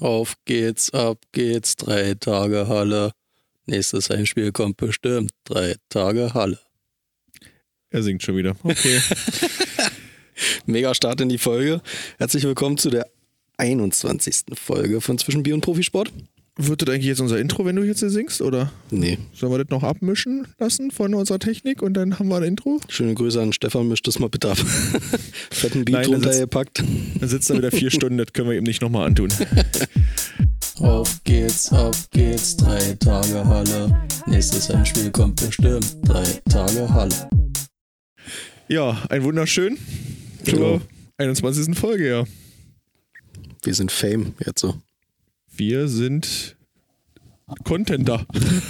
Auf geht's, ab geht's, 3 Tage Halle. Nächstes Heimspiel kommt bestimmt, 3 Tage Halle. Er singt schon wieder. Okay. Mega Start in die Folge. Herzlich willkommen zu der 21. Folge von Zwischen Bier und Profisport. Wird das eigentlich jetzt unser Intro, wenn du jetzt hier singst, oder? Nee. Sollen wir das noch abmischen lassen von unserer Technik und dann haben wir ein Intro? Schöne Grüße an Stefan, mischt das mal bitte ab. Fetten Beat runtergepackt. Dann sitzt er wieder 4 Stunden, das können wir ihm nicht nochmal antun. Auf geht's, ab geht's, 3 Tage Halle. Nächstes Heimspiel kommt bestimmt, 3 Tage Halle. Ja, ein wunderschön. Genau. Zur 21. Folge, ja. Wir sind Fame jetzt so. Wir sind Contenter.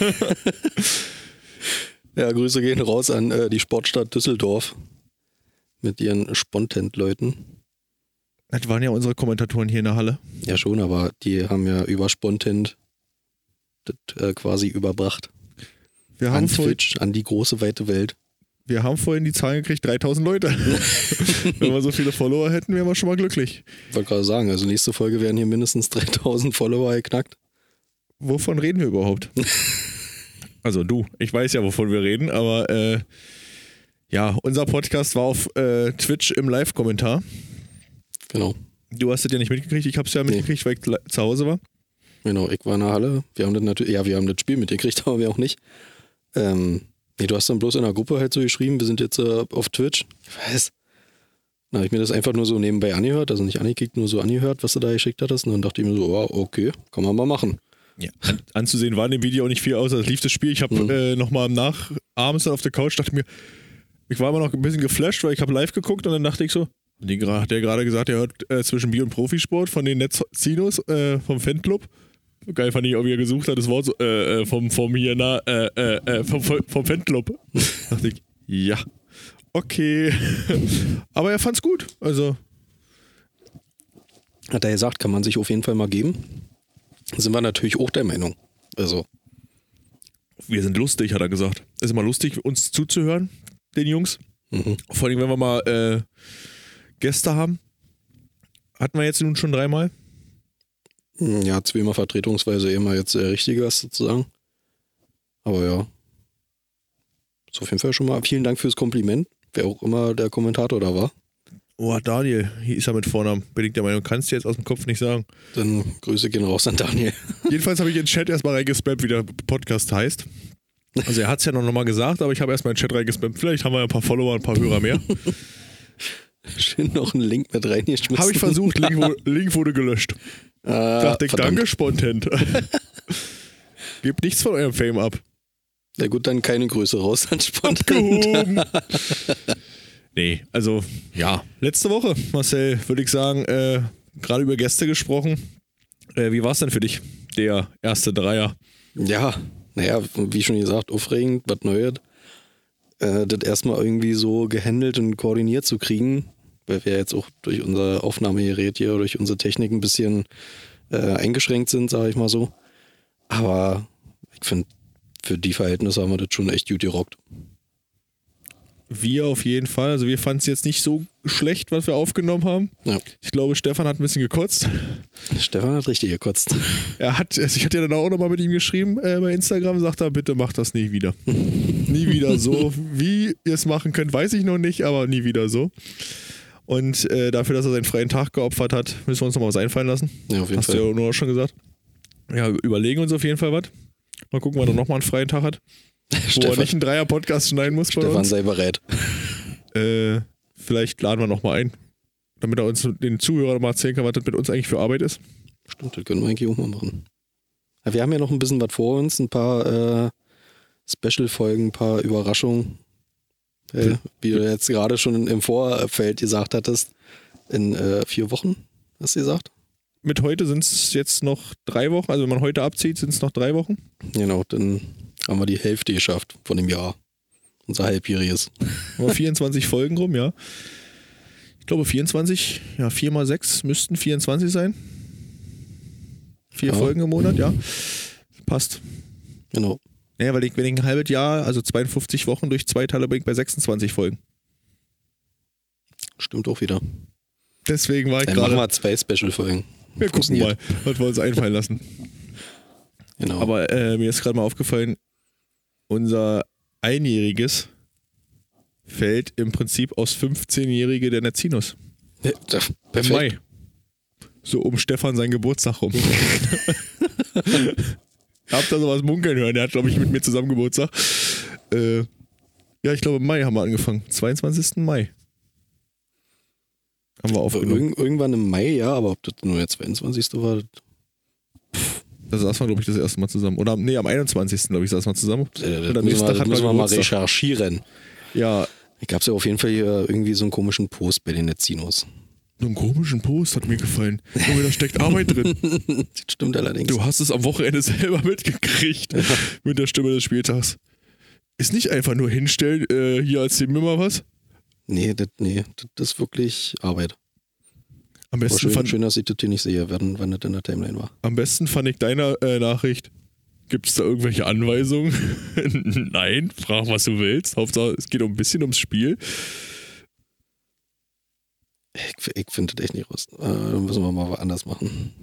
Ja, Grüße gehen raus an die Sportstadt Düsseldorf mit ihren Spontent-Leuten. Das waren ja unsere Kommentatoren hier in der Halle. Ja schon, aber die haben ja über Spontent das quasi überbracht. Wir haben An Twitch, an die große, weite Welt. Wir haben vorhin die Zahlen gekriegt, 3000 Leute. Wenn wir so viele Follower hätten, wären wir schon mal glücklich. Ich wollte gerade sagen, also nächste Folge werden hier mindestens 3000 Follower geknackt. Wovon reden wir überhaupt? Also du, ich weiß ja, wovon wir reden, aber ja, unser Podcast war auf Twitch im Live-Kommentar. Genau. Du hast das ja nicht mitgekriegt, ich habe es ja mitgekriegt, weil ich zu Hause war. Genau, ich war in der Halle. Wir haben das natürlich, ja, wir haben das Spiel mitgekriegt, aber wir auch nicht. Nee, du hast dann bloß in der Gruppe halt so geschrieben, wir sind jetzt auf Twitch. Ich weiß. Dann habe ich mir das einfach nur so nebenbei angehört, also nicht angeklickt, nur so angehört, was du da geschickt hattest. Und dann dachte ich mir so, oh, okay, kann man mal machen. Ja. Anzusehen war in dem Video auch nicht viel außer es lief das Spiel. Ich habe nochmal abends dann auf der Couch, dachte mir, ich war immer noch ein bisschen geflasht, weil ich habe live geguckt und dann dachte ich so, hat der gerade gesagt, er hört zwischen Bier und Profisport von den Netzinos vom Fanclub. Geil fand ich auch, wie er gesucht hat, das Wort so, vom Fanclub. Dachte ich, ja, okay. Aber er fand's gut, also. Hat er gesagt, kann man sich auf jeden Fall mal geben. Sind wir natürlich auch der Meinung. Also. Wir sind lustig, hat er gesagt. Ist immer lustig, uns zuzuhören, den Jungs. Mhm. Vor allem, wenn wir mal Gäste haben. Hatten wir jetzt nun schon 3-mal. Ja, 2-mal vertretungsweise immer jetzt der richtige Gast sozusagen. Aber ja. Ist auf jeden Fall schon mal vielen Dank fürs Kompliment. Wer auch immer der Kommentator da war. Oh, Daniel, hier ist er mit Vornamen. Bin ich der Meinung, kannst du jetzt aus dem Kopf nicht sagen. Dann Grüße gehen raus an Daniel. Jedenfalls habe ich in den Chat erstmal reingespammt, wie der Podcast heißt. Also er hat es ja noch mal gesagt, aber ich habe erstmal in den Chat reingespammt. Vielleicht haben wir ja ein paar Follower, ein paar Hörer mehr. Schön noch einen Link mit reingeschmissen. Habe ich versucht, Link wurde gelöscht. Dachte ich, verdammt. Danke, Spontent. Gebt nichts von eurem Fame ab. Ja gut, dann keine Grüße raus an Spontent. Nee, also ja, letzte Woche, Marcel, würde ich sagen, gerade über Gäste gesprochen. Wie war es denn für dich, der erste Dreier? Ja, naja, wie schon gesagt, aufregend, was Neues. Das erstmal irgendwie so gehandelt und koordiniert zu kriegen, weil wir jetzt auch durch unser Aufnahmegerät hier, durch unsere Technik ein bisschen eingeschränkt sind, sage ich mal so. Aber ich finde, für die Verhältnisse haben wir das schon echt gut gerockt. Wir auf jeden Fall. Also wir fanden es jetzt nicht so schlecht, was wir aufgenommen haben. Ja. Ich glaube, Stefan hat ein bisschen gekotzt. Stefan hat richtig gekotzt. Ich hatte ja dann auch nochmal mit ihm geschrieben bei Instagram, sagt er, bitte macht das nie wieder. Nie wieder so. Wie ihr es machen könnt, weiß ich noch nicht, aber nie wieder so. Und dafür, dass er seinen freien Tag geopfert hat, müssen wir uns nochmal was einfallen lassen. Ja, auf jeden Fall. Hast du ja nur auch schon gesagt. Ja, überlegen uns auf jeden Fall was. Mal gucken, wann er nochmal einen freien Tag hat. Wo er nicht einen Dreier-Podcast schneiden muss bei uns. Stefan sei bereit. Vielleicht laden wir nochmal ein, damit er uns den Zuhörern mal erzählen kann, was das mit uns eigentlich für Arbeit ist. Stimmt, das können wir eigentlich auch mal machen. Ja, wir haben ja noch ein bisschen was vor uns, ein paar Special-Folgen, ein paar Überraschungen. Wie du jetzt gerade schon im Vorfeld gesagt hattest, in 4 Wochen, hast du gesagt? Mit heute sind es jetzt noch 3 Wochen, also wenn man heute abzieht, sind es noch 3 Wochen. Genau, dann haben wir die Hälfte geschafft von dem Jahr. Unser halbjähriges. Aber 24 Folgen rum, ja. Ich glaube 24, ja 4 mal 6 müssten 24 sein. 4 Folgen im Monat, ja. Passt. Genau. Ja, weil wenn ich ein halbes Jahr, also 52 Wochen durch 2 teile, bin ich bei 26 Folgen. Stimmt auch wieder. Deswegen war ich dann gerade... machen wir 2 Special-Folgen. Wir gucken mal, was wir uns einfallen lassen. Genau. Aber mir ist gerade mal aufgefallen, unser Einjähriges fällt im Prinzip aus 15-Jährige der Netzinos. Ja, Im Mai. So um Stefan seinen Geburtstag rum. Habt da sowas munkeln hören? Der hat, glaube ich, mit mir zusammen Geburtstag. Ja, ich glaube, im Mai haben wir angefangen. 22. Mai. Haben wir aufgenommen. Irgendwann im Mai, ja, aber ob das nur der 22. war, Da saßen wir, glaube ich, das erste Mal zusammen. Oder am 21. glaube ich, saßen wir zusammen. das müssen wir mal recherchieren. Ja. Da gab es ja auf jeden Fall hier irgendwie so einen komischen Post bei den Netzinos. So einen komischen Post hat mir gefallen. Junge, da steckt Arbeit drin. Das stimmt allerdings. Du hast es am Wochenende selber mitgekriegt. Mit der Stimme des Spieltags. Ist nicht einfach nur hinstellen, hier erzähl mir mal was. Nee, das ist wirklich Arbeit. Am besten schön, dass ich das hier nicht sehe, wann das in der Timeline war. Am besten fand ich deine Nachricht. Gibt es da irgendwelche Anweisungen? Nein, frag, was du willst. Hauptsache, es geht ein bisschen ums Spiel. Ich finde das echt nicht raus. Müssen wir mal was anders machen.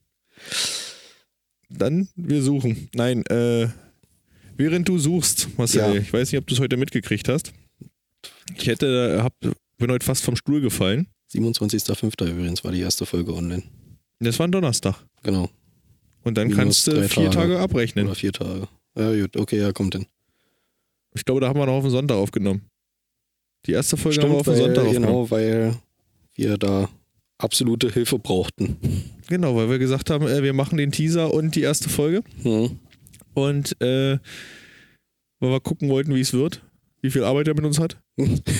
Dann, wir suchen. Nein, während du suchst, Marcel, ich weiß nicht, ob du es heute mitgekriegt hast. Ich bin heute fast vom Stuhl gefallen. 27.05. übrigens war die erste Folge online. Das war ein Donnerstag. Genau. Und dann kannst du 4 Tage abrechnen. Oder 4 Tage. Ja, gut, okay, ja, kommt hin. Ich glaube, da haben wir noch auf den Sonntag aufgenommen. Die erste Folge haben wir auf den Sonntag aufgenommen. Genau, weil wir da absolute Hilfe brauchten. Genau, weil wir gesagt haben, wir machen den Teaser und die erste Folge. Und weil wir gucken wollten, wie es wird. Wie viel Arbeit er mit uns hat.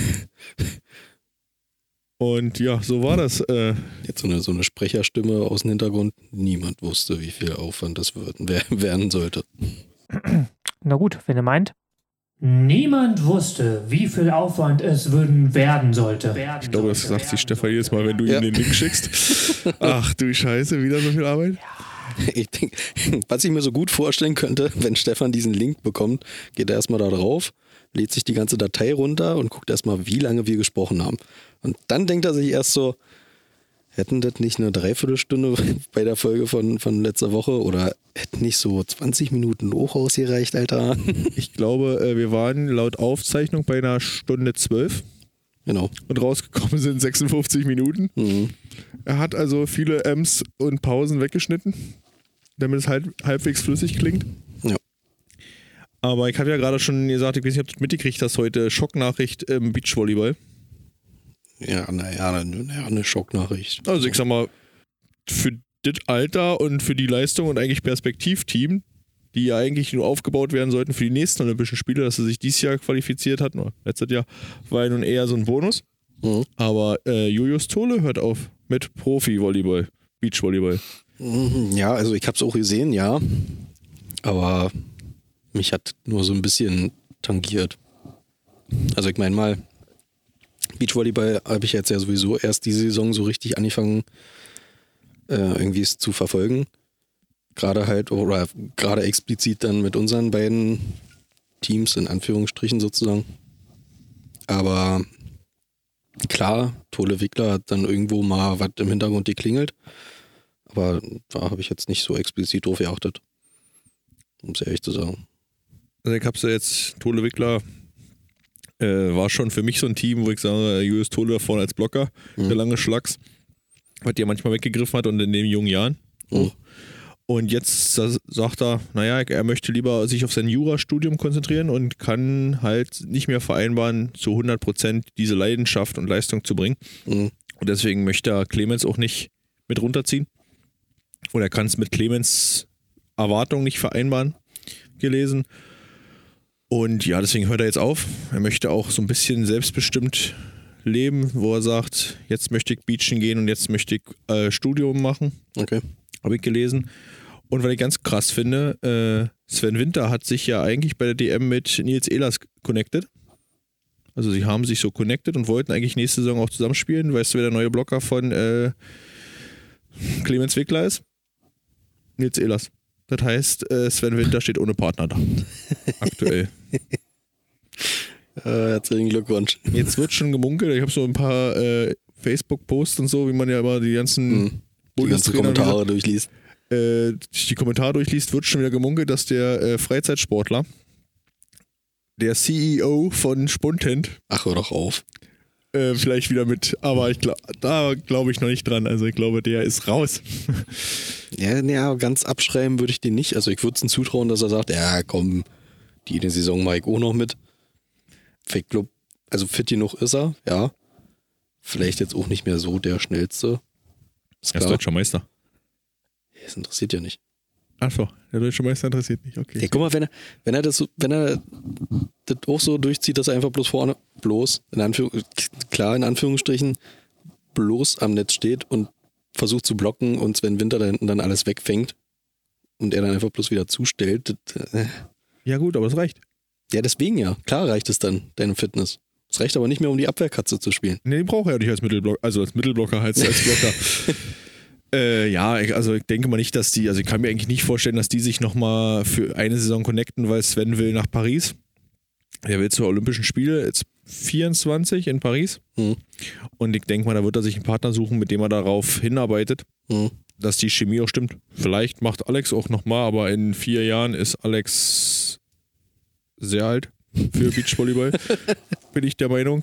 Und ja, so war das. Jetzt so eine Sprecherstimme aus dem Hintergrund. Niemand wusste, wie viel Aufwand das werden sollte. Na gut, wenn ihr meint. Niemand wusste, wie viel Aufwand es werden sollte. Ich glaube, das sagt sich Stefan jedes Mal, wenn du ihm den Link schickst. Ach du Scheiße, wieder so viel Arbeit? Ich denke, was ich mir so gut vorstellen könnte, wenn Stefan diesen Link bekommt, geht er erstmal da drauf, lädt sich die ganze Datei runter und guckt erstmal, wie lange wir gesprochen haben. Und dann denkt er sich erst so, hätten das nicht eine Dreiviertelstunde bei der Folge von letzter Woche oder hätten nicht so 20 Minuten hoch ausgereicht, Alter? Ich glaube, wir waren laut Aufzeichnung bei einer Stunde 12. Genau. Und rausgekommen sind 56 Minuten. Mhm. Er hat also viele Ms und Pausen weggeschnitten, damit es halbwegs flüssig klingt. Ja. Aber ich habe ja gerade schon gesagt, ich weiß nicht, ob du mitgekriegt hast, heute Schocknachricht im Beachvolleyball. Ja, naja, eine Schocknachricht. Also ich sag mal, für das Alter und für die Leistung und eigentlich Perspektivteam, die ja eigentlich nur aufgebaut werden sollten für die nächsten Olympischen Spiele, dass sie sich dieses Jahr qualifiziert hatten, oder letztes Jahr, war ja nun eher so ein Bonus. Mhm. Aber Julius Tole hört auf mit Profi-Volleyball, Beachvolleyball. Ja, also ich hab's auch gesehen, ja. Aber mich hat nur so ein bisschen tangiert. Also ich meine mal, Beachvolleyball habe ich jetzt ja sowieso erst diese Saison so richtig angefangen, irgendwie es zu verfolgen. Gerade explizit dann mit unseren beiden Teams, in Anführungsstrichen sozusagen. Aber klar, Tole Wickler hat dann irgendwo mal was im Hintergrund geklingelt. Aber da habe ich jetzt nicht so explizit drauf geachtet. Um es ehrlich zu sagen. Also ich habe jetzt, Tole Wickler war schon für mich so ein Team, wo ich sage, Julius Tole da vorne als Blocker, der lange Schlags, was der manchmal weggegriffen hat und in den jungen Jahren. Und jetzt sagt er, naja, er möchte lieber sich auf sein Jurastudium konzentrieren und kann halt nicht mehr vereinbaren, zu 100% diese Leidenschaft und Leistung zu bringen. Und deswegen möchte er Clemens auch nicht mit runterziehen. Oder er kann es mit Clemens Erwartungen nicht vereinbaren, gelesen. Und ja, deswegen hört er jetzt auf. Er möchte auch so ein bisschen selbstbestimmt leben, wo er sagt, jetzt möchte ich beachen gehen und jetzt möchte ich Studium machen. Okay. Habe ich gelesen. Und weil ich ganz krass finde, Sven Winter hat sich ja eigentlich bei der DM mit Nils Ehlers connected. Also sie haben sich so connected und wollten eigentlich nächste Saison auch zusammenspielen. Weißt du, wer der neue Blocker von Clemens Wickler ist? Nils Ehlers. Das heißt, Sven Winter steht ohne Partner da. Aktuell. Herzlichen Glückwunsch. Jetzt wird schon gemunkelt. Ich habe so ein paar Facebook-Posts und so, wie man ja immer die ganzen die ganzen Kommentare durchliest. Die Kommentare durchliest, wird schon wieder gemunkelt, dass der Freizeitsportler, der CEO von Spuntent, ach, hör doch auf. vielleicht wieder aber da glaube ich noch nicht dran. Also ich glaube, der ist raus. Ja, ganz abschreiben würde ich den nicht. Also ich würde es ihm zutrauen, dass er sagt, ja komm, die eine Saison mache ich auch noch mit. Ich glaube, also fit genug ist er, ja. Vielleicht jetzt auch nicht mehr so der Schnellste. Er ist deutscher Meister. Das interessiert ja nicht. Achso, der deutsche Meister interessiert nicht, okay. Ja, guck mal, wenn er das auch so durchzieht, dass er einfach in Anführungsstrichen, bloß am Netz steht und versucht zu blocken und Sven Winter da hinten dann alles wegfängt und er dann einfach bloß wieder zustellt. Ja gut, aber es reicht. Ja, deswegen ja. Klar reicht es dann, deine Fitness. Es reicht aber nicht mehr, um die Abwehrkatze zu spielen. Nee, den braucht er ja nicht als Mittelblocker, also als Mittelblocker, als Blocker. Also ich denke mal nicht, dass also ich kann mir eigentlich nicht vorstellen, dass die sich nochmal für eine Saison connecten, weil Sven will nach Paris. Er will zur Olympischen Spiele, jetzt 24 in Paris. Und ich denke mal, da wird er sich einen Partner suchen, mit dem er darauf hinarbeitet, dass die Chemie auch stimmt. Vielleicht macht Alex auch nochmal, aber in 4 Jahren ist Alex sehr alt für Beachvolleyball, bin ich der Meinung.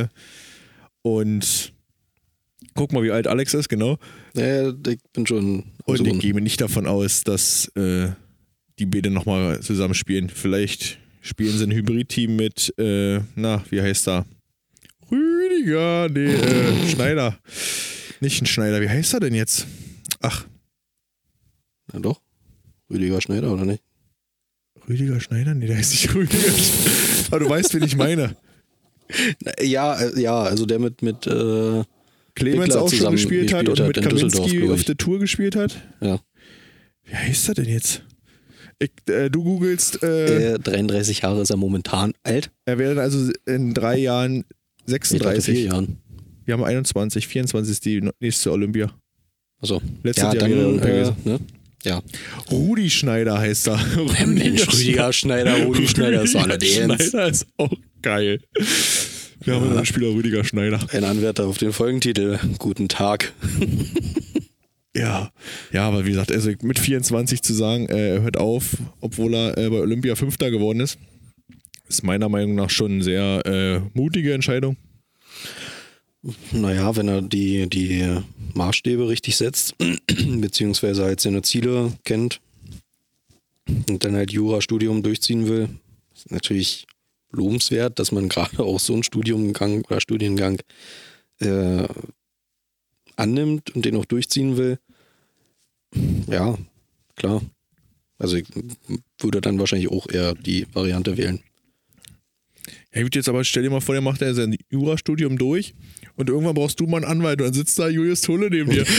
Und guck mal, wie alt Alex ist, genau. Ja, ich bin schon. Und ich gehe mir nicht davon aus, dass die beiden nochmal zusammen spielen. Vielleicht spielen sie ein Hybrid-Team mit, wie heißt er? Rüdiger, Schneider. Nicht ein Schneider, wie heißt er denn jetzt? Ach. Na doch. Rüdiger Schneider, oder nicht? Rüdiger Schneider? Nee, der heißt nicht Rüdiger. Aber du weißt, wen ich meine. Ja, also der mit Clemens auch schon gespielt hat und mit Kaminski auf der Tour gespielt hat. Ja. Wie heißt er denn jetzt? Du googelst. 33 Jahre ist er momentan alt. Er wäre also in 3 Jahren 36. 4 Jahren. Wir haben 21, 24 ist die nächste Olympia. Achso. Letztes Jahr wäre Olympia gewesen. Ne? Ja. Rudi Schneider heißt er. Mensch, Rüdiger Schneider, Rudi Schneider ist allerdings. Schneider ist auch geil. Wir haben unseren Spieler Rüdiger Schneider. Ein Anwärter auf den Folgentitel. Guten Tag. Ja, aber wie gesagt, also mit 24 zu sagen, er hört auf, obwohl er bei Olympia 5. geworden ist meiner Meinung nach schon eine sehr mutige Entscheidung. Naja, wenn er die Maßstäbe richtig setzt, beziehungsweise halt seine Ziele kennt und dann halt Jurastudium durchziehen will, ist natürlich lobenswert, dass man gerade auch so einen Studiengang annimmt und den auch durchziehen will. Ja, klar. Also ich würde dann wahrscheinlich auch eher die Variante wählen. Ja gut, jetzt aber stell dir mal vor, der macht ja sein Jurastudium durch und irgendwann brauchst du mal einen Anwalt und dann sitzt da Julius Tulle neben dir.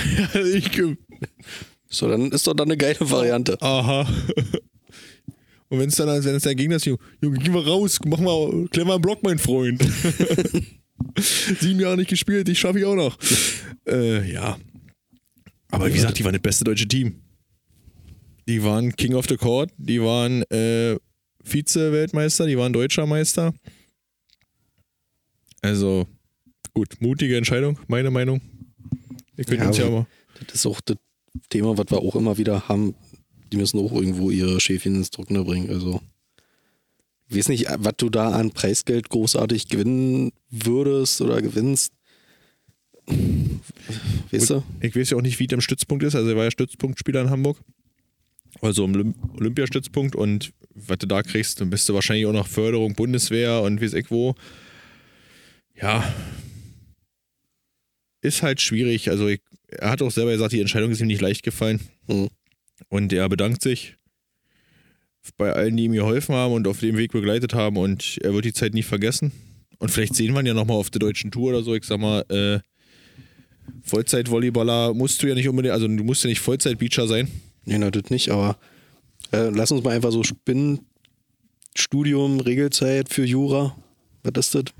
So, dann ist doch dann eine geile Variante. Aha. Und wenn es dein Gegner ist, Junge, geh mal raus, klär mal einen Block, mein Freund. 7 Jahre nicht gespielt, ich schaffe ich auch noch. Ja. Aber wie gesagt, die waren das beste deutsche Team. Die waren King of the Court, die waren Vize-Weltmeister, die waren Deutscher Meister. Also, gut, mutige Entscheidung, meine Meinung. Ihr könnt uns ja aber. Das ist auch das Thema, was wir auch immer wieder haben. Die müssen auch irgendwo ihre Schäfchen ins Trockene bringen. Also, ich weiß nicht, was du da an Preisgeld großartig gewinnen würdest oder gewinnst. Weißt du? Ich weiß ja auch nicht, wie der im Stützpunkt ist. Also, er war ja Stützpunktspieler in Hamburg. Also im Olympiastützpunkt, und was du da kriegst, dann bist du wahrscheinlich auch noch Förderung, Bundeswehr und weiß ich wo. Ja. Ist halt schwierig. Also er hat auch selber gesagt, die Entscheidung ist ihm nicht leicht gefallen. Und er bedankt sich bei allen, die ihm geholfen haben und auf dem Weg begleitet haben, und er wird die Zeit nie vergessen. Und vielleicht sehen wir ihn ja nochmal auf der deutschen Tour oder so. Ich sag mal, Vollzeit-Volleyballer musst du ja nicht unbedingt, also du musst ja nicht Vollzeit-Beacher sein. Nee, natürlich nicht, aber lass uns mal einfach so spinnen. Studium, Regelzeit für Jura. Was ist das?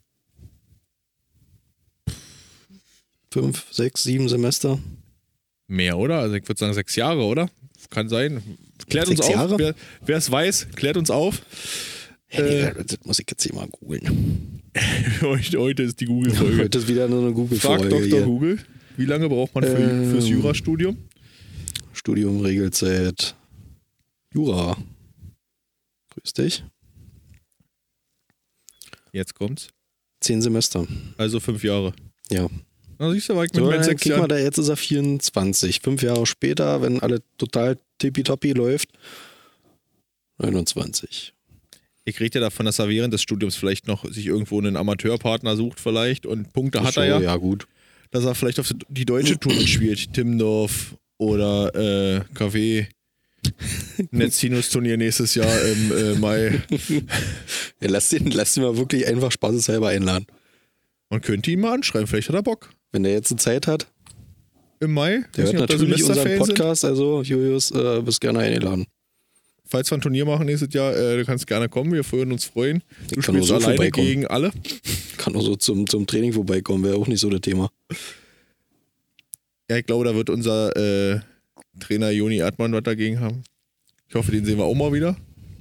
5, 6, 7 Semester? Mehr, oder? Also ich würde sagen 6 Jahre, oder? Kann sein. Klärt uns auf. Wer es weiß, klärt uns auf. Das muss ich jetzt hier mal googeln. Heute ist die Google-Folge. Heute ist wieder nur eine Google-Folge. Frag Dr. Google. Wie lange braucht man fürs Jurastudium? Studium Regelzeit Jura. Grüß dich. Jetzt kommt's. 10 Semester. Also 5 Jahre. Ja. Na, siehst du, war ich mit So, meinen 6 guck mal, Jahren. da jetzt ist er 24. 5 Jahre später, wenn alle total tippitoppi läuft, 29. Ich rede ja davon, dass er während des Studiums vielleicht noch sich irgendwo einen Amateurpartner sucht vielleicht und Punkte hat er ja. Ja, gut. Dass er vielleicht auf die deutsche Tour mitspielt. Timmendorf oder KW. Netzinus-Turnier nächstes Jahr im Mai. Ja, lass den mal wirklich einfach spaßeshalber einladen. Man könnte ihn mal anschreiben, vielleicht hat er Bock. Wenn der jetzt eine Zeit hat, Im Mai. der hört natürlich unseren Semesterferien sind. Podcast, also Julius, bist gerne eingeladen. Falls wir ein Turnier machen nächstes Jahr, du kannst gerne kommen, wir würden uns freuen. Du kann nur spielst so alleine vorbeikommen. gegen alle. Kann auch so zum Training vorbeikommen, wäre auch nicht so das Thema. Ja, ich glaube, da wird unser Trainer Joni Erdmann was dagegen haben. Ich hoffe, den sehen wir auch mal wieder.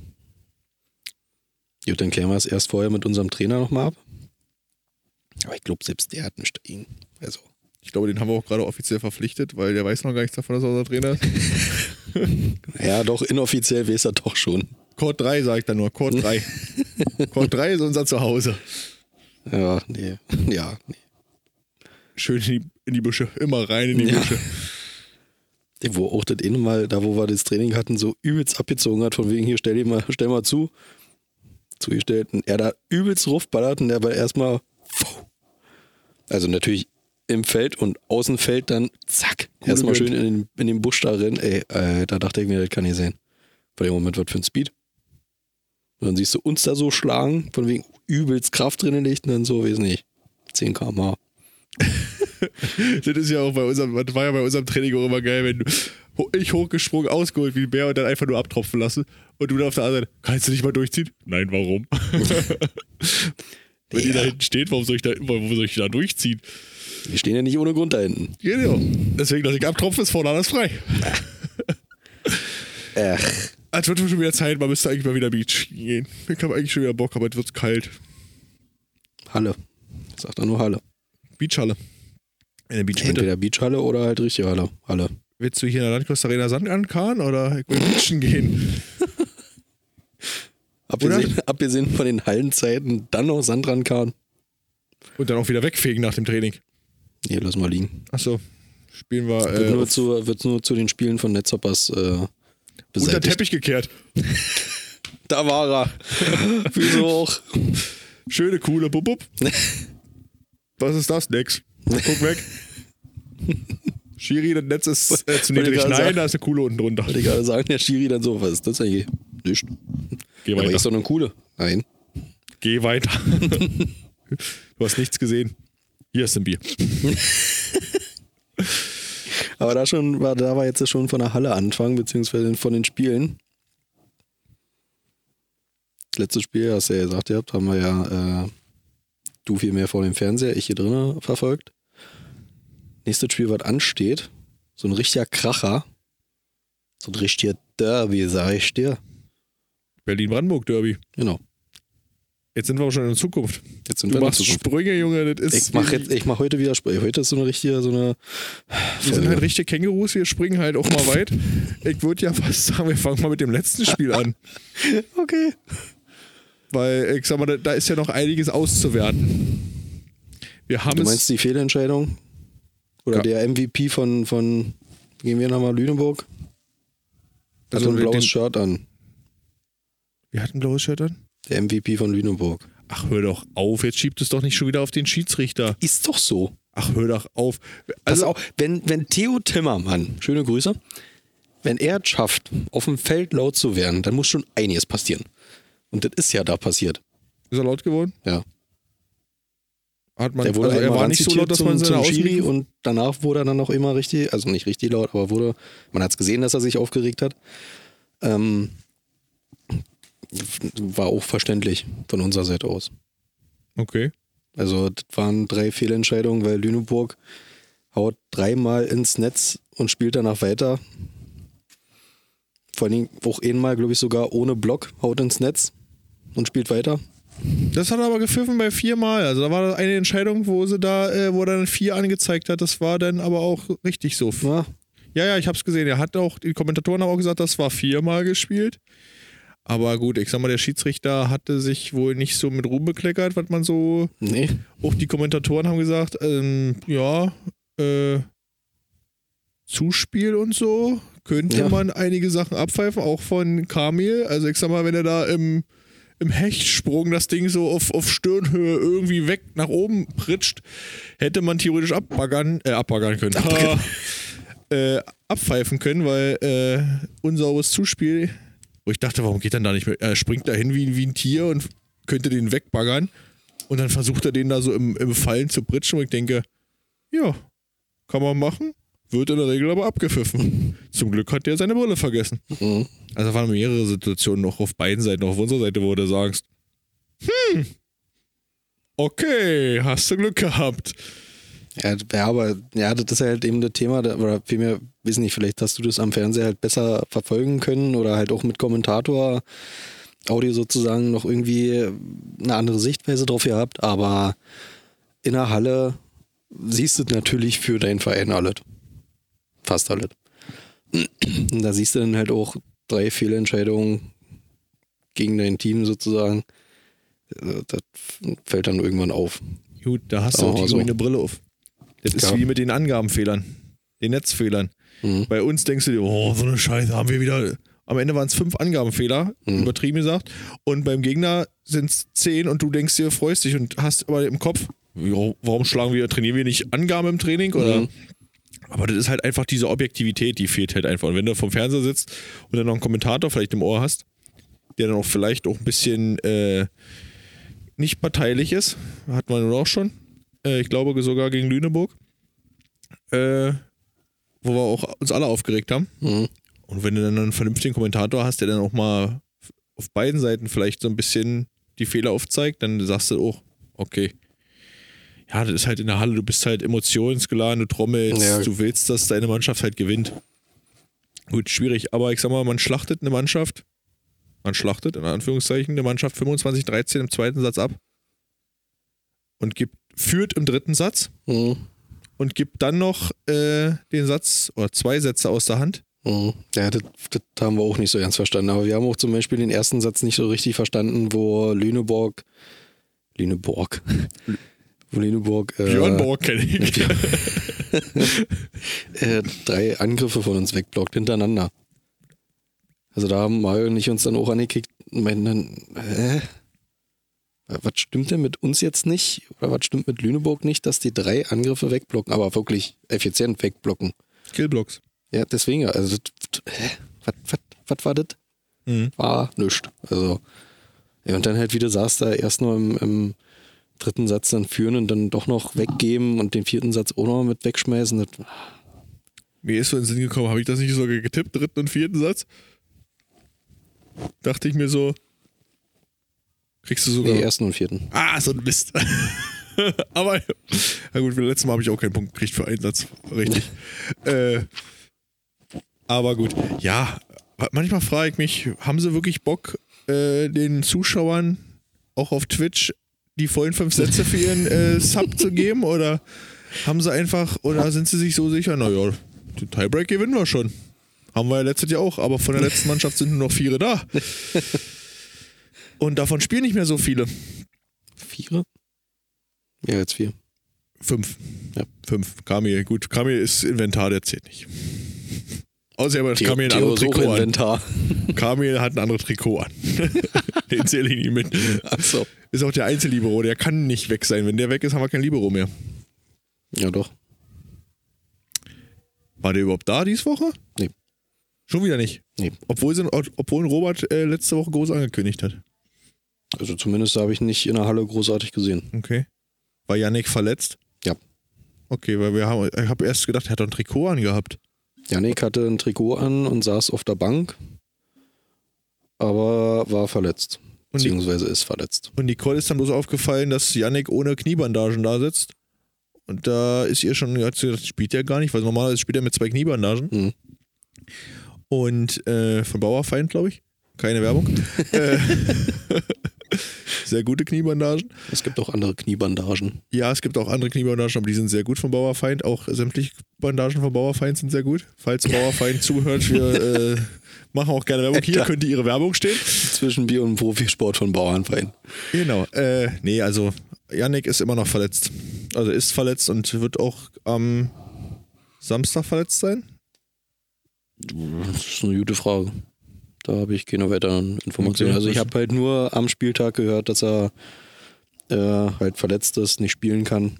Gut, dann klären wir es erst vorher mit unserem Trainer nochmal ab. Aber ich glaube, selbst der hat nicht dagegen. Also. Ich glaube, den haben wir auch gerade offiziell verpflichtet, weil der weiß noch gar nichts davon, dass er unser Trainer ist. Ja, doch, inoffiziell weiß er doch schon. Court 3, sage ich dann nur. Court 3. Court 3 ist unser Zuhause. Ja, nee. Ja, nee. Schön in die Büsche. Immer rein in die Büsche. Wo auch das mal, da wo wir das Training hatten, so übelst abgezogen hat, von wegen hier, stell mal zu. Zugestellt. Und er da übelst rufballert und der war erstmal. Also natürlich im Feld und Außenfeld dann zack. Erstmal schön in den Busch da rein. Ey, da dachte ich mir, das kann nicht sein. Bei dem Moment, was für ein Speed. Und dann siehst du uns da so schlagen, von wegen übelst Kraft drin liegt und dann so, weiß nicht, 10 km/h. Das ist ja auch bei unserem Training auch immer geil, wenn ich hochgesprungen, ausgeholt wie ein Bär und dann einfach nur abtropfen lasse. Und du dann auf der anderen Seite, kannst du nicht mal durchziehen? Nein, warum? Wenn die da hinten steht, warum soll ich da durchziehen? Wir stehen ja nicht ohne Grund da hinten. Genau. Deswegen, dass ich abtropfe, ist vorne alles frei. Als wird schon wieder Zeit, man müsste eigentlich mal wieder Beach gehen. Ich habe eigentlich schon wieder Bock, aber es wird kalt. Halle. Sagt er nur Halle. Beachhalle. In der Beachmitte. Entweder Beachhalle oder halt richtige Halle. Willst du hier in der Landkurs Arena Sand ankarren oder ich will beachen gehen? Abgesehen von den Hallenzeiten, dann noch Sand rankarren. Und dann auch wieder wegfegen nach dem Training. Nee, lass mal liegen. Achso. Spielen wir. Wird nur zu den Spielen von Netzhoppers unter beseitigt. Teppich gekehrt. Da war er. Wieso auch? Schöne, coole Bub. Was ist das? Nix. Guck weg. Schiri, das Netz ist zu niedrig. Nein, da ist eine Kuhle unten drunter. Wollte ich gerade sagen, der Schiri dann so, was ist das eigentlich? Nicht. Geh Aber weiter. ist doch eine Kuhle. Nein. Geh weiter. Du hast nichts gesehen. Hier ist ein Bier. Aber da war jetzt schon von der Halle anfangen, beziehungsweise von den Spielen. Das letzte Spiel, hast du ja gesagt habt, haben wir ja du viel mehr vor dem Fernseher, ich hier drinnen verfolgt. Nächstes Spiel, was ansteht, so ein richtiger Kracher. So ein richtiger Derby, sag ich dir. Berlin-Brandenburg-Derby. Genau. Jetzt sind wir auch schon in der Zukunft. Jetzt sind Du wir machst Sprünge, Junge. Das ist ich mach heute wieder Sprünge. Heute ist so eine richtige, Wir sind halt richtige Kängurus, wir springen halt auch mal weit. Ich würde ja fast sagen, wir fangen mal mit dem letzten Spiel an. Okay. Weil, ich sag mal, da ist ja noch einiges auszuwerten. Du meinst die Fehlentscheidung? Oder der MVP von gehen wir nochmal Lüneburg? Also ein blaues Shirt an. Wer hat ein blaues Shirt an? Der MVP von Lüneburg. Ach, hör doch auf, jetzt schiebt es doch nicht schon wieder auf den Schiedsrichter. Ist doch so. Ach, hör doch auf. Also auch, wenn Theo Timmermann, schöne Grüße, wenn er es schafft, auf dem Feld laut zu werden, dann muss schon einiges passieren. Und das ist ja da passiert. Ist er laut geworden? Ja. Hat man, Der wurde er war nicht so laut, dass man seine zum Schiri Außen... und danach wurde er dann noch immer richtig, also nicht richtig laut, aber man hat es gesehen, dass er sich aufgeregt hat. War auch verständlich von unserer Seite aus. Okay. Also das waren 3 Fehlentscheidungen, weil Lüneburg haut 3-mal ins Netz und spielt danach weiter. Vor allem auch einmal, glaube ich, sogar ohne Block, haut ins Netz und spielt weiter. Das hat er aber gepfiffen bei 4-mal. Also da war eine Entscheidung, wo er dann 4 angezeigt hat. Das war dann aber auch richtig so. Ja, ich hab's gesehen. Die Kommentatoren haben auch gesagt, das war 4-mal gespielt. Aber gut, ich sag mal, der Schiedsrichter hatte sich wohl nicht so mit Ruhm bekleckert, was man so... Nee. Auch die Kommentatoren haben gesagt, Zuspiel und so, könnte man einige Sachen abpfeifen, auch von Kamil. Also ich sag mal, wenn er da im Hechtsprung das Ding so auf Stirnhöhe irgendwie weg nach oben pritscht, hätte man theoretisch abbaggern können. Abpfeifen können, weil unsaures Zuspiel, wo ich dachte, warum geht er da nicht mehr? Er springt da hin wie ein Tier und könnte den wegbaggern und dann versucht er den da so im Fallen zu pritschen und ich denke, ja, kann man machen, wird in der Regel aber abgepfiffen. Zum Glück hat der seine Brille vergessen. Mhm. Also da waren mehrere Situationen noch auf beiden Seiten, auch auf unserer Seite, wo du sagst, okay, hast du Glück gehabt. Ja, aber das ist halt eben das Thema, oder vielmehr, weiß nicht, vielleicht hast du das am Fernseher halt besser verfolgen können oder halt auch mit Kommentator Audio sozusagen noch irgendwie eine andere Sichtweise drauf gehabt, aber in der Halle siehst du natürlich für deinen Verein alles. Fast alles. Und da siehst du dann halt auch 3 Fehlentscheidungen gegen dein Team sozusagen. Das fällt dann irgendwann auf. Gut, da hast du auch die grüne Brille auf. Das ist wie mit den Angabenfehlern, den Netzfehlern. Mhm. Bei uns denkst du dir, oh, so eine Scheiße, haben wir wieder. Am Ende waren es 5 Angabenfehler, übertrieben gesagt. Und beim Gegner sind es 10 und du denkst dir, freust dich und hast aber im Kopf, warum trainieren wir nicht Angaben im Training? Oder? Aber das ist halt einfach diese Objektivität, die fehlt halt einfach. Und wenn du vom Fernseher sitzt und dann noch einen Kommentator vielleicht im Ohr hast, der dann auch vielleicht auch ein bisschen nicht parteilich ist, hat man auch schon. Ich glaube sogar gegen Lüneburg, wo wir auch uns alle aufgeregt haben. Mhm. Und wenn du dann einen vernünftigen Kommentator hast, der dann auch mal auf beiden Seiten vielleicht so ein bisschen die Fehler aufzeigt, dann sagst du auch, okay, ja, das ist halt in der Halle, du bist halt emotionsgeladen, du trommelst, du willst, dass deine Mannschaft halt gewinnt. Gut, schwierig, aber ich sag mal, man schlachtet in Anführungszeichen, eine Mannschaft 25-13 im zweiten Satz ab und führt im dritten Satz und gibt dann noch den Satz oder 2 Sätze aus der Hand. Ja, das haben wir auch nicht so ganz verstanden. Aber wir haben auch zum Beispiel den ersten Satz nicht so richtig verstanden, wo Lüneburg Björn Borg kenne ich. 3 Angriffe von uns wegblockt hintereinander. Also da haben Mario und ich uns dann auch angekickt und meinten dann, was stimmt denn mit uns jetzt nicht? Oder was stimmt mit Lüneburg nicht, dass die 3 Angriffe wegblocken, aber wirklich effizient wegblocken? Killblocks. Ja, deswegen, also, was war das? War nichts. Also, ja, und dann halt, wie du sagst, da erst nur im dritten Satz dann führen und dann doch noch weggeben und den 4. Satz auch noch mit wegschmeißen. Das, mir ist so in den Sinn gekommen, habe ich das nicht sogar getippt, 3. und 4. Satz? Dachte ich mir so, kriegst du sogar... Nee, 1. und 4. Ah, so ein Mist. Aber, na gut, beim letzten Mal habe ich auch keinen Punkt gekriegt für einen Satz. Richtig. Aber gut, ja, manchmal frage ich mich, haben sie wirklich Bock, den Zuschauern auch auf Twitch die vollen 5 Sätze für ihren Sub zu geben? Oder haben sie einfach, oder sind sie sich so sicher, naja, den Tiebreak gewinnen wir schon. Haben wir ja letztes Jahr auch, aber von der letzten Mannschaft sind nur noch 4 da. Und davon spielen nicht mehr so viele. 4? Ja, jetzt 4. 5. Ja. 5. Kamil, gut. Kamil ist Inventar, der zählt nicht. Außer aber Kamil ein anderes Trikot Inventar. an. Kamil hat ein anderes Trikot an. Den zähle ich nicht mit. Ach so. Ist auch der Einzellibero, der kann nicht weg sein. Wenn der weg ist, haben wir kein Libero mehr. Ja, doch. War der überhaupt da diese Woche? Nee. Schon wieder nicht? Nee. Obwohl Robert letzte Woche groß angekündigt hat. Also zumindest habe ich nicht in der Halle großartig gesehen. Okay. War Yannick verletzt? Ja. Okay, weil ich habe erst gedacht, er hat doch ein Trikot angehabt. Yannick hatte ein Trikot an und saß auf der Bank, aber war verletzt. Beziehungsweise ist verletzt. Und Nicole ist dann bloß aufgefallen, dass Yannick ohne Kniebandagen da sitzt. Und da ist ihr schon, hat sie gedacht, spielt er gar nicht, weil normalerweise spielt er mit 2 Kniebandagen. Mhm. Und von Bauerfeind, glaube ich. Keine Werbung. sehr gute Kniebandagen. Es gibt auch andere Kniebandagen. Ja, es gibt auch andere Kniebandagen, aber die sind sehr gut von Bauerfeind. Auch sämtliche Bandagen von Bauerfeind sind sehr gut. Falls Bauerfeind zuhört, wir machen auch gerne Werbung. Hier könnte ihre Werbung stehen. Zwischen Bier und Profisport von Bauernfeind. Genau. Nee, also Yannick ist immer noch verletzt. Also ist verletzt und wird auch am Samstag verletzt sein? Das ist eine gute Frage. Da habe ich keine weiteren Informationen. Okay. Also ich habe halt nur am Spieltag gehört, dass er halt verletzt ist, nicht spielen kann.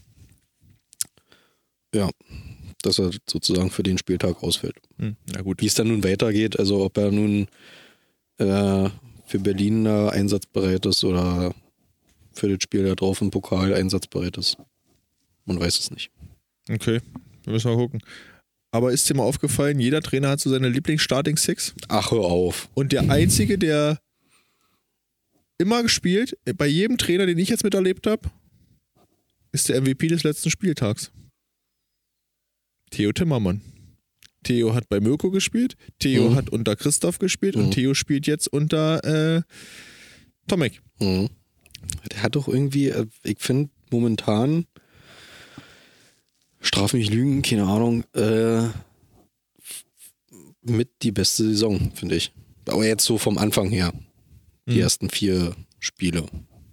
Ja, dass er sozusagen für den Spieltag ausfällt. Na gut. Wie es dann nun weitergeht, also ob er nun für Berlin einsatzbereit ist oder für das Spiel da drauf im Pokal einsatzbereit ist. Man weiß es nicht. Okay, wir müssen mal gucken. Aber ist dir mal aufgefallen, jeder Trainer hat so seine Lieblings-Starting-Six? Ach, hör auf. Und der Einzige, der immer gespielt, bei jedem Trainer, den ich jetzt miterlebt habe, ist der MVP des letzten Spieltags. Theo Timmermann. Theo hat bei Mirko gespielt, Theo hat unter Christoph gespielt und Theo spielt jetzt unter Tomek. Der hat doch irgendwie, ich finde momentan, straf mich lügen, keine Ahnung, mit die beste Saison, finde ich. Aber jetzt so vom Anfang her. Die ersten 4 Spiele.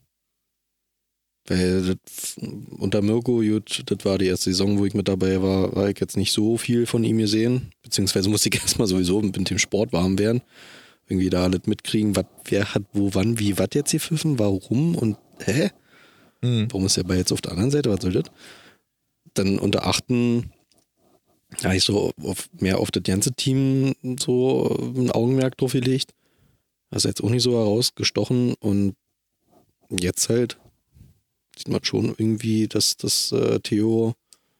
Weil unter Mirko, gut, das war die erste Saison, wo ich mit dabei war, war ich jetzt nicht so viel von ihm gesehen. Beziehungsweise musste ich erstmal sowieso mit dem Sport warm werden. Irgendwie da alles mitkriegen, wer hat wo, wann, wie, was jetzt gepfiffen, warum und warum ist der Ball jetzt auf der anderen Seite, was soll das? Dann unter 8. habe ich so mehr auf das ganze Team so ein Augenmerk drauf gelegt. Das ist jetzt auch nicht so herausgestochen und jetzt halt sieht man schon irgendwie, dass das Theo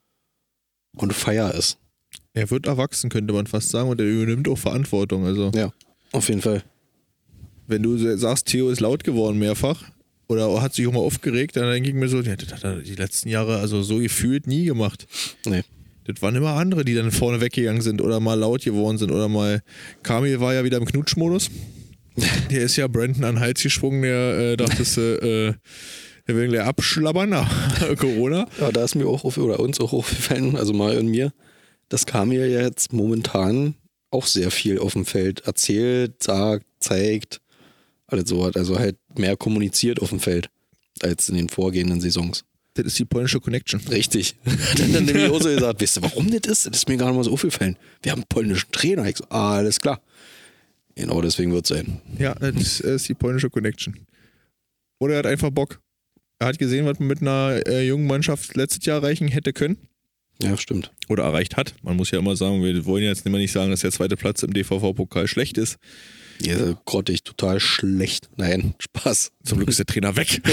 on fire ist. Er wird erwachsen, könnte man fast sagen, und er übernimmt auch Verantwortung. Also, ja, auf jeden Fall. Wenn du sagst, Theo ist laut geworden mehrfach oder hat sich auch mal aufgeregt, dann denke ich mir so, ja, das hat er die letzten Jahre also so gefühlt nie gemacht. Nee. Das waren immer andere, die dann vorne weggegangen sind oder mal laut geworden sind oder mal. Kamil war ja wieder im Knutschmodus. Der ist ja Brandon an den Hals gesprungen, der dachte, der will gleich abschlabbern nach Corona. Ja, da ist mir auch oder uns auch aufgefallen, also mal und mir, das kam ja jetzt momentan auch sehr viel auf dem Feld erzählt, sagt, zeigt, alles so hat, also halt mehr kommuniziert auf dem Feld als in den vorgehenden Saisons. Das ist die polnische Connection. Richtig. Dann hat der Jose gesagt, weißt du, warum das ist? Das ist mir gar nicht mal so aufgefallen. Wir haben einen polnischen Trainer. Ich so, alles klar. Genau deswegen wird es sein. Ja, das ist die polnische Connection. Oder er hat einfach Bock. Er hat gesehen, was man mit einer jungen Mannschaft letztes Jahr erreichen hätte können. Ja, stimmt. Oder erreicht hat. Man muss ja immer sagen, wir wollen jetzt immer nicht sagen, dass der zweite Platz im DVV-Pokal schlecht ist. Ja, grottig, total schlecht. Nein, Spaß. Zum Glück ist der Trainer weg.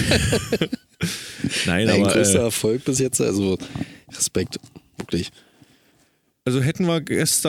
Nein, aber größter aber Erfolg bis jetzt, also Respekt, wirklich. Also hätten wir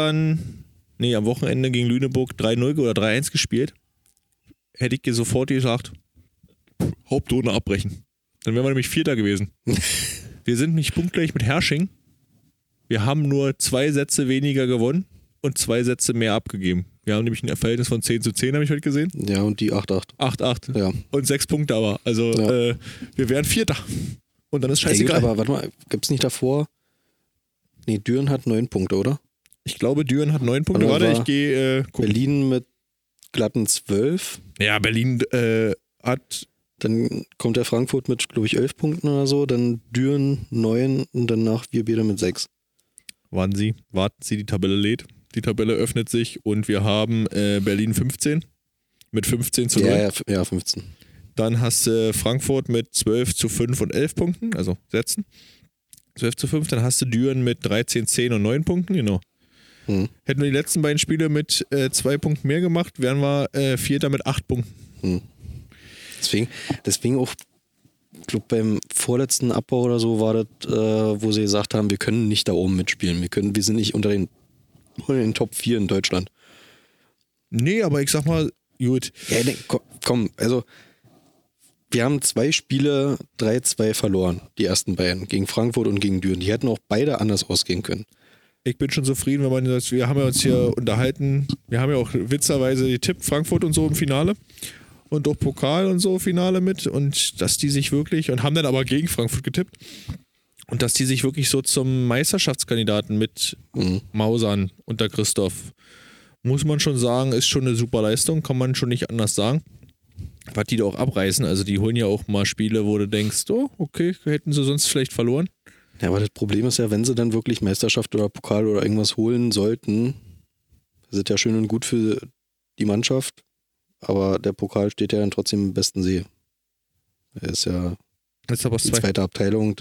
am Wochenende gegen Lüneburg 3-0 oder 3-1 gespielt, hätte ich dir sofort gesagt, Hauptrunde abbrechen. Dann wären wir nämlich Vierter gewesen. Wir sind nicht punktgleich mit Hersching. Wir haben nur 2 Sätze weniger gewonnen und 2 Sätze mehr abgegeben. Wir haben nämlich ein Verhältnis von 10-10, habe ich heute gesehen. Ja, und die 8-8. 8-8. Ja. Und 6 Punkte aber. Also wir wären Vierter. Und dann ist scheißegal. Gut, aber warte mal, gibt es nicht davor? Nee, Düren hat 9 Punkte, oder? Ich glaube, Düren hat 9 Punkte. Warte, ich gehe gucken. Berlin mit glatten 12. Ja, Berlin hat... Dann kommt der Frankfurt mit, glaube ich, 11 Punkten oder so. Dann Düren 9 und danach wir wieder mit 6. Warten Sie, die Tabelle lädt. Die Tabelle öffnet sich und wir haben Berlin 15 mit 15:9. Ja, 15. Dann hast du Frankfurt mit 12:5 und 11 Punkten, also Sätzen. 12:5. Dann hast du Düren mit 13:10 und 9 Punkten, genau. Hätten wir die letzten beiden Spiele mit 2 Punkten mehr gemacht, wären wir Vierter mit 8 Punkten. Deswegen auch, ich glaube, beim vorletzten Abbau oder so war das, wo sie gesagt haben, wir können nicht da oben mitspielen. Wir sind nicht unter den Top 4 in Deutschland. Nee, aber ich sag mal, gut. Ja, komm, also wir haben 2 Spiele 3-2 verloren, die ersten beiden, gegen Frankfurt und gegen Düren. Die hätten auch beide anders ausgehen können. Ich bin schon zufrieden, wenn man das, wir haben ja uns hier unterhalten, wir haben ja auch witzigerweise getippt, Frankfurt und so im Finale. und auch Pokal und so Finale mit und dass die sich wirklich, und haben dann aber gegen Frankfurt getippt, und dass die sich wirklich so zum Meisterschaftskandidaten mit mausern unter Christoph, muss man schon sagen, ist schon eine super Leistung, kann man schon nicht anders sagen. Was die da auch abreißen, also die holen ja auch mal Spiele, wo du denkst, oh, okay, hätten sie sonst vielleicht verloren. Ja, aber das Problem ist ja, wenn sie dann wirklich Meisterschaft oder Pokal oder irgendwas holen sollten, das ist ja schön und gut für die Mannschaft, aber der Pokal steht ja dann trotzdem im besten See. Er ist ja Jetzt aber die zweite Abteilung,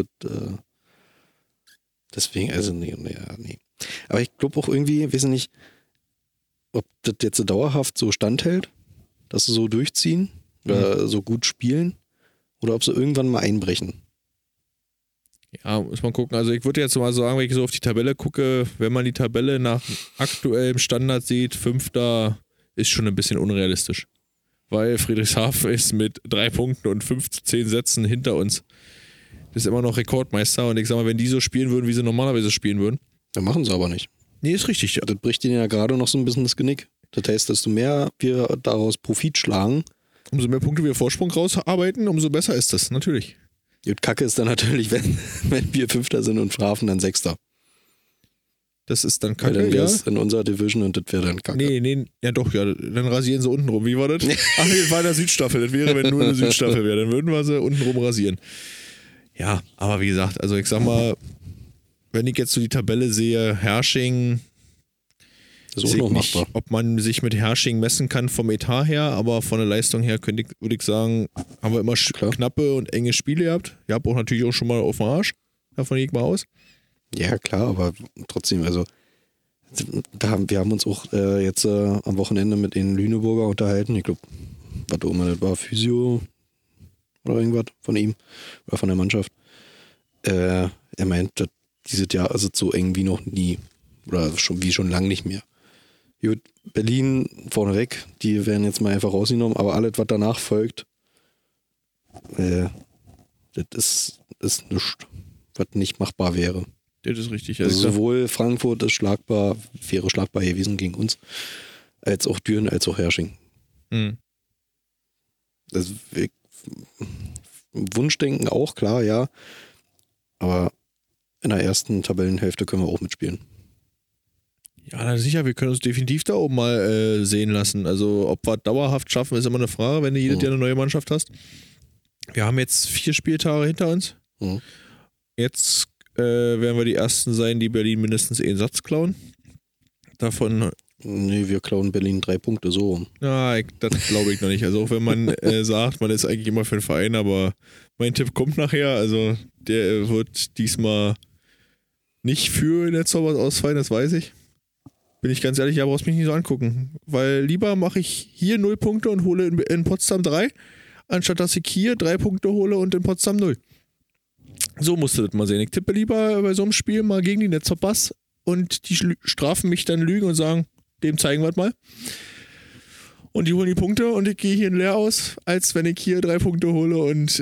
deswegen, also nee. Aber ich glaube auch irgendwie, weiß nicht, ob das jetzt so dauerhaft so standhält, dass sie so durchziehen oder so gut spielen oder ob sie irgendwann mal einbrechen. Ja, muss man gucken. Also ich würde jetzt mal sagen, wenn ich so auf die Tabelle gucke, wenn man die Tabelle nach aktuellem Standard sieht, 5. ist schon ein bisschen unrealistisch. Weil Friedrichshafen ist mit 3 Punkten und 15 Sätzen hinter uns. Das ist immer noch Rekordmeister und ich sag mal, wenn die so spielen würden, wie sie normalerweise spielen würden. Dann machen sie aber nicht. Nee, ist richtig. Ja. Das bricht ihnen ja gerade noch so ein bisschen das Genick. Das heißt, desto mehr wir daraus Profit schlagen. Umso mehr Punkte wir Vorsprung rausarbeiten, umso besser ist das, natürlich. Die Kacke ist dann natürlich, wenn wir 5. sind und Hafen dann 6. Das ist dann Kacke, dann ja. wäre es in unserer Division und das wäre dann Kacke. Nee, ja doch, ja, dann rasieren sie unten rum. Wie war das? Ach nee, das war in der Südstaffel. Das wäre, wenn nur eine Südstaffel wäre. Dann würden wir sie unten rum rasieren. Ja, aber wie gesagt, also ich sag mal, wenn ich jetzt so die Tabelle sehe, Herrsching, das ist auch noch nicht, machbar. ob man sich mit Herrsching messen kann vom Etat her, aber von der Leistung her würde ich sagen, haben wir immer knappe und enge Spiele gehabt. Ihr habt auch natürlich auch schon mal auf den Arsch. Davon gehe ich mal aus. Ja, klar, aber trotzdem, also wir haben uns auch jetzt am Wochenende mit den Lüneburger unterhalten. Ich glaube, was auch immer das war, Physio oder irgendwas von ihm oder von der Mannschaft. Er meint, dass dieses Jahr ist es so eng wie noch nie oder schon lange nicht mehr. Gut, Berlin vorneweg, die werden jetzt mal einfach rausgenommen, aber alles, was danach folgt, das ist nichts, was nicht machbar wäre. Das ist richtig. Also sowohl Frankfurt wäre schlagbar gewesen gegen uns, als auch Düren, als auch Herrsching. Das Wunschdenken auch, klar, ja. Aber in der ersten Tabellenhälfte können wir auch mitspielen. Ja, na sicher, wir können uns definitiv da oben mal sehen lassen. Also ob wir dauerhaft schaffen, ist immer eine Frage, wenn du jedes Jahr eine neue Mannschaft hast. Wir haben jetzt 4 Spieltage hinter uns. Jetzt werden wir die Ersten sein, die Berlin mindestens 1 Satz klauen. Davon... Nee, wir klauen Berlin 3 Punkte so rum. Ja, das glaube ich noch nicht. Also auch wenn man sagt, man ist eigentlich immer für den Verein, aber mein Tipp kommt nachher. Also der wird diesmal nicht für Netzau was ausfallen, das weiß ich. Bin ich ganz ehrlich, ja, brauchst mich nicht so angucken. Weil lieber mache ich hier 0 Punkte und hole in Potsdam 3, anstatt dass ich hier 3 Punkte hole und in Potsdam 0. So musst du das mal sehen. Ich tippe lieber bei so einem Spiel mal gegen die Netzau Bass und die strafen mich dann Lügen und sagen, dem zeigen wir mal. Und die holen die Punkte und ich gehe hier leer aus, als wenn ich hier 3 Punkte hole und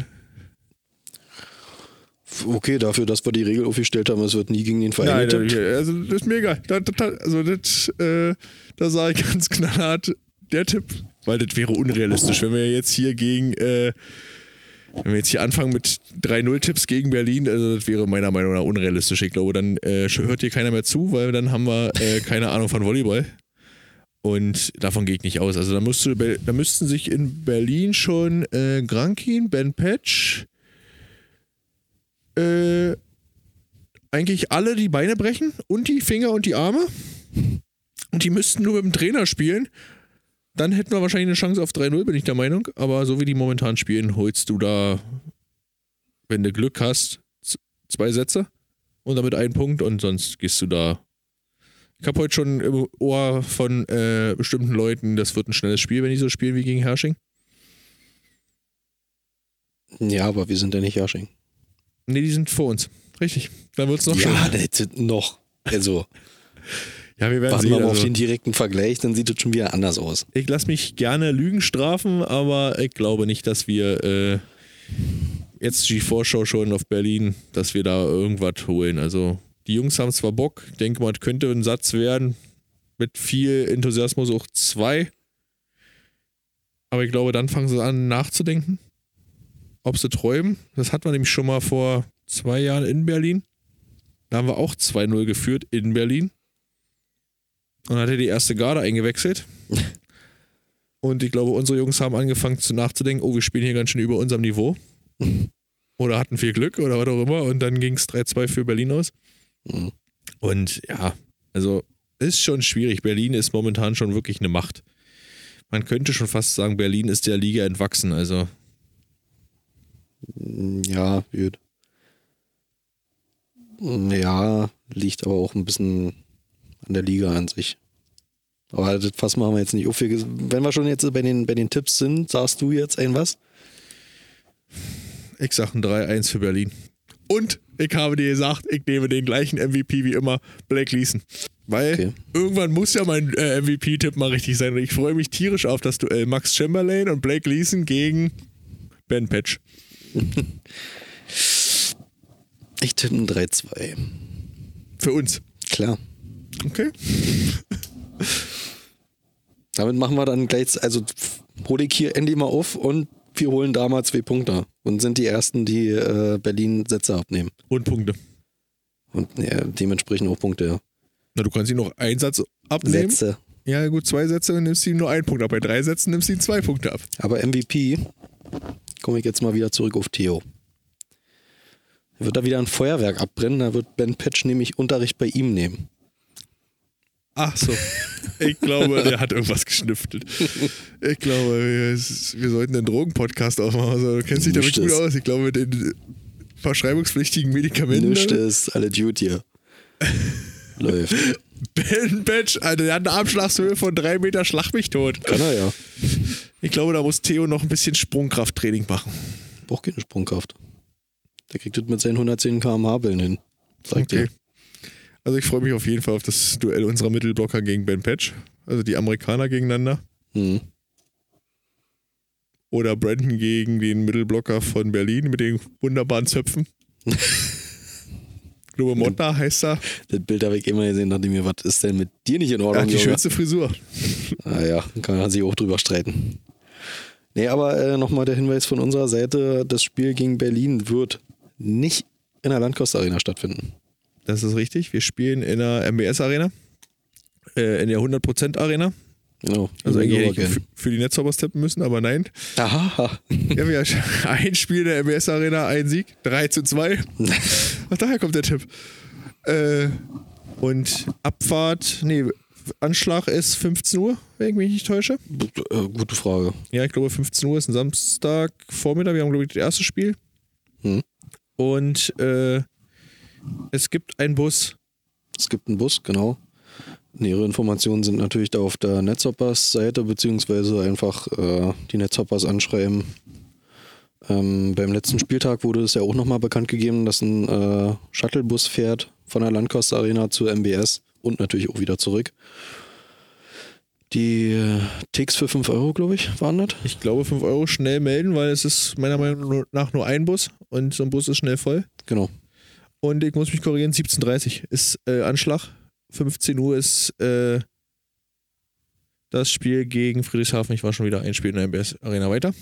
okay, dafür, dass wir die Regel aufgestellt haben, es wird nie gegen den Verein getippt. Also das ist mir egal. Da sage ich ganz knallhart, der Tipp, weil das wäre unrealistisch, wenn wir jetzt hier anfangen mit 3-0-Tipps gegen Berlin, also das wäre meiner Meinung nach unrealistisch. Ich glaube, dann hört hier keiner mehr zu, weil dann haben wir keine Ahnung von Volleyball. Und davon gehe ich nicht aus. Also da müssten sich in Berlin schon Grankin, Ben Patch, eigentlich alle die Beine brechen und die Finger und die Arme. Und die müssten nur mit dem Trainer spielen. Dann hätten wir wahrscheinlich eine Chance auf 3-0, bin ich der Meinung. Aber so wie die momentan spielen, holst du da, wenn du Glück hast, 2 Sätze und damit 1 Punkt und sonst gehst du da. Ich habe heute schon im Ohr von bestimmten Leuten, das wird ein schnelles Spiel, wenn die so spielen wie gegen Herrsching. Ja, aber wir sind ja nicht Herrsching. Nee, die sind vor uns. Richtig. Dann wird es noch schön. Ja, das noch. Also... Ja, wir werden warten sehen. wir mal auf den direkten Vergleich, dann sieht es schon wieder anders aus. Ich lasse mich gerne Lügen strafen, aber ich glaube nicht, dass wir jetzt die Vorschau schon auf Berlin, dass wir da irgendwas holen. Also die Jungs haben zwar Bock, ich denke mal, es könnte ein Satz werden, mit viel Enthusiasmus auch 2. Aber ich glaube, dann fangen sie an nachzudenken, ob sie träumen. Das hatten wir nämlich schon mal vor 2 Jahren in Berlin. Da haben wir auch 2-0 geführt in Berlin. Und dann hat er die erste Garde eingewechselt. Und ich glaube, unsere Jungs haben angefangen nachzudenken, oh, wir spielen hier ganz schön über unserem Niveau. Oder hatten viel Glück oder was auch immer. Und dann ging es 3-2 für Berlin aus. Und ja, also ist schon schwierig. Berlin ist momentan schon wirklich eine Macht. Man könnte schon fast sagen, Berlin ist der Liga entwachsen. Also ja, gut. Ja, liegt aber auch ein bisschen an der Liga an sich. Aber das Fass machen wir jetzt nicht auf. Wenn wir schon jetzt bei den Tipps sind, sagst du jetzt ein was? ich sag ein 3-1 für Berlin. Und ich habe dir gesagt, ich nehme den gleichen MVP wie immer, Blake Leeson. Weil irgendwann muss ja mein MVP-Tipp mal richtig sein. Und ich freue mich tierisch auf das Duell Max Chamberlain und Blake Leeson gegen Ben Patch. Ich tippe ein 3-2. Für uns. Klar. Okay. Damit machen wir dann gleich, also hole ich hier Andy mal auf und wir holen da mal 2 Punkte und sind die Ersten, die Berlin Sätze abnehmen. Und Punkte. Und ja, dementsprechend auch Punkte, ja. Na, du kannst ihm noch einen Satz abnehmen. Sätze. Ja gut, 2 Sätze und nimmst ihm nur 1 Punkt ab. Bei 3 Sätzen nimmst du ihm 2 Punkte ab. Aber MVP, komme ich jetzt mal wieder zurück auf Theo. Er wird da wieder ein Feuerwerk abbrennen, da wird Ben Patch nämlich Unterricht bei ihm nehmen. Ach so. Ich glaube, der hat irgendwas geschnüffelt. Ich glaube, wir sollten einen Drogenpodcast aufmachen. Also, du kennst dich damit gut aus. Ich glaube, mit den verschreibungspflichtigen Medikamenten. Nichts ist alle Duty hier. Läuft. Ben Patch, Alter, der hat eine Armschlagshöhe von 3 Meter, schlag mich tot. Kann er ja. Ich glaube, da muss Theo noch ein bisschen Sprungkrafttraining machen. Braucht keine Sprungkraft. Der kriegt das mit seinen 110 km/h Bällen hin. Sagt okay. dir. Also ich freue mich auf jeden Fall auf das Duell unserer Mittelblocker gegen Ben Patch. Also die Amerikaner gegeneinander. Mhm. Oder Brandon gegen den Mittelblocker von Berlin mit den wunderbaren Zöpfen. Ich glaube, Motta heißt er. Das Bild habe ich immer gesehen, dachte ich mir, was ist denn mit dir nicht in Ordnung? Ja, die schönste Frisur. Naja, kann man sich auch drüber streiten. Nee, aber nochmal der Hinweis von unserer Seite, das Spiel gegen Berlin wird nicht in der Landkost Arena stattfinden. Das ist richtig. Wir spielen in der MBS Arena. In der 100% Arena. Genau. Also eigentlich hätte ich für die Netzhoppers tippen müssen, aber nein. Aha. Ja, wir haben ein Spiel in der MBS Arena, ein Sieg, 3-2. Ach, daher kommt der Tipp. Und Anschlag ist 15 Uhr, wenn ich mich nicht täusche. Gute Frage. Ja, ich glaube 15 Uhr ist ein Samstagvormittag. Wir haben, glaube ich, das erste Spiel. Und es gibt einen Bus. Es gibt einen Bus, genau. Nähere Informationen sind natürlich da auf der Netzhoppers-Seite, beziehungsweise einfach die Netzhoppers anschreiben. Beim letzten Spieltag wurde es ja auch nochmal bekannt gegeben, dass ein Shuttlebus fährt von der Landkost Arena zur MBS und natürlich auch wieder zurück. Die Ticks für 5 Euro, glaube ich, waren das. Ich glaube 5 Euro schnell melden, weil es ist meiner Meinung nach nur ein Bus und so ein Bus ist schnell voll. Genau. Und ich muss mich korrigieren, 17:30 ist Anschlag. 15 Uhr ist das Spiel gegen Friedrichshafen. Ich war schon wieder ein Spiel in der MBS Arena weiter.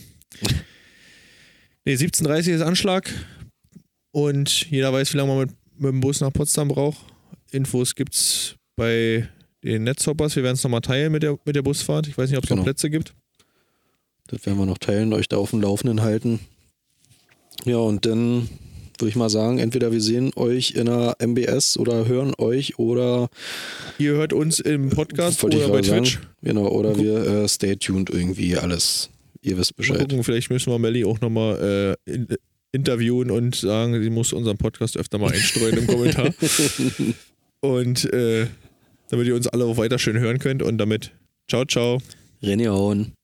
17:30 ist Anschlag. Und jeder weiß, wie lange man mit dem Bus nach Potsdam braucht. Infos gibt's bei den Netzhoppers. Wir werden es nochmal teilen mit der Busfahrt. Ich weiß nicht, ob es noch Plätze gibt. Das werden wir noch teilen, euch da auf dem Laufenden halten. Ja, und dann würde ich mal sagen, entweder wir sehen euch in der MBS oder hören euch oder ihr hört uns im Podcast oder bei Twitch. Genau, oder wir stay tuned irgendwie alles. Ihr wisst Bescheid. Mal gucken, vielleicht müssen wir Melli auch nochmal interviewen und sagen, sie muss unseren Podcast öfter mal einstreuen im Kommentar. Und damit ihr uns alle auch weiter schön hören könnt und damit ciao, ciao. René hauen.